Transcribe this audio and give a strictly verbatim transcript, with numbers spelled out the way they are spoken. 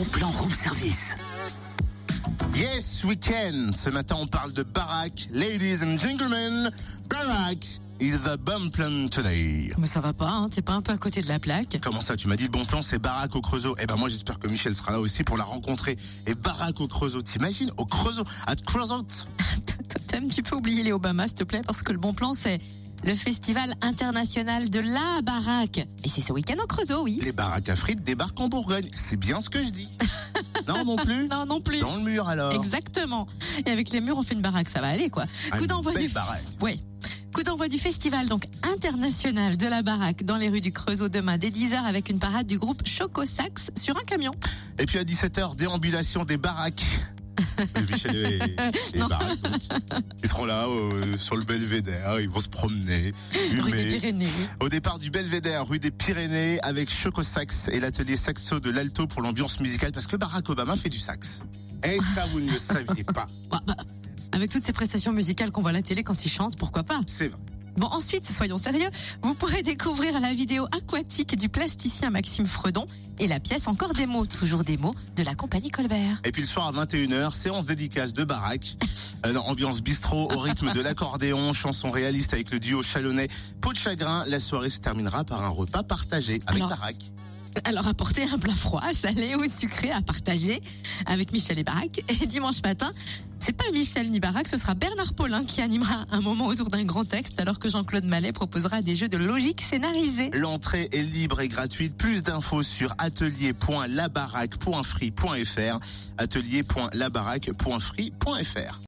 bon plan room service. Yes, we can. Ce matin, on parle de Barack. Ladies and gentlemen, Barack is the bomb plan today. Mais ça va pas, hein, t'es pas un peu à côté de la plaque? Comment ça, tu m'as dit le bon plan, c'est Barack au Creusot. Eh ben moi, j'espère que Michel sera là aussi pour la rencontrer. Et Barack au Creusot, t'imagines? Au Creusot, at Creusot. T'as un petit peu oublié les Obama, s'il te plaît, parce que le bon plan, c'est le festival international de la baraque. Et c'est ce week-end au Creusot, oui. Les baraques à frites débarquent en Bourgogne. C'est bien ce que je dis. Non, non plus. Non, non plus. Dans le mur, alors. Exactement. Et avec les murs, on fait une baraque, ça va aller, quoi. Ah, Coup d'envoi du baraque. Ouais. Coup d'envoi du festival donc international de la baraque dans les rues du Creusot demain dès dix heures avec une parade du groupe Choco Sax sur un camion. Et puis à dix-sept heures, déambulation des baraques. Michel et, et Barack, donc. Ils seront là euh, sur le Belvédère, ils vont se promener, Rue des humer. Pyrénées. Au départ du Belvédère, rue des Pyrénées, avec Choco Sax et l'atelier saxo de l'Alto pour l'ambiance musicale, parce que Barack Obama fait du sax. Et ça, vous ne le saviez pas. Bah, bah, avec toutes ces prestations musicales qu'on voit à la télé quand il chante, pourquoi pas? C'est vrai. Bon, ensuite, soyons sérieux, vous pourrez découvrir la vidéo aquatique du plasticien Maxime Fredon et la pièce Encore des mots, toujours des mots de la compagnie Colbert. Et puis le soir à vingt et une heures, séance dédicace de Barack. Euh, ambiance bistrot au rythme de l'accordéon, chanson réaliste avec le duo chalonnais Peau de chagrin. La soirée se terminera par un repas partagé avec Alors, Barack. Alors apportez un plat froid, salé ou sucré à partager avec Michel et Barack. Et dimanche matin, c'est pas Michel ni Barack, ce sera Bernard Paulin qui animera un moment autour d'un grand texte alors que Jean-Claude Mallet proposera des jeux de logique scénarisés. L'entrée est libre et gratuite. Plus d'infos sur atelier point labaraque point free point fr atelier point labaraque point free point fr.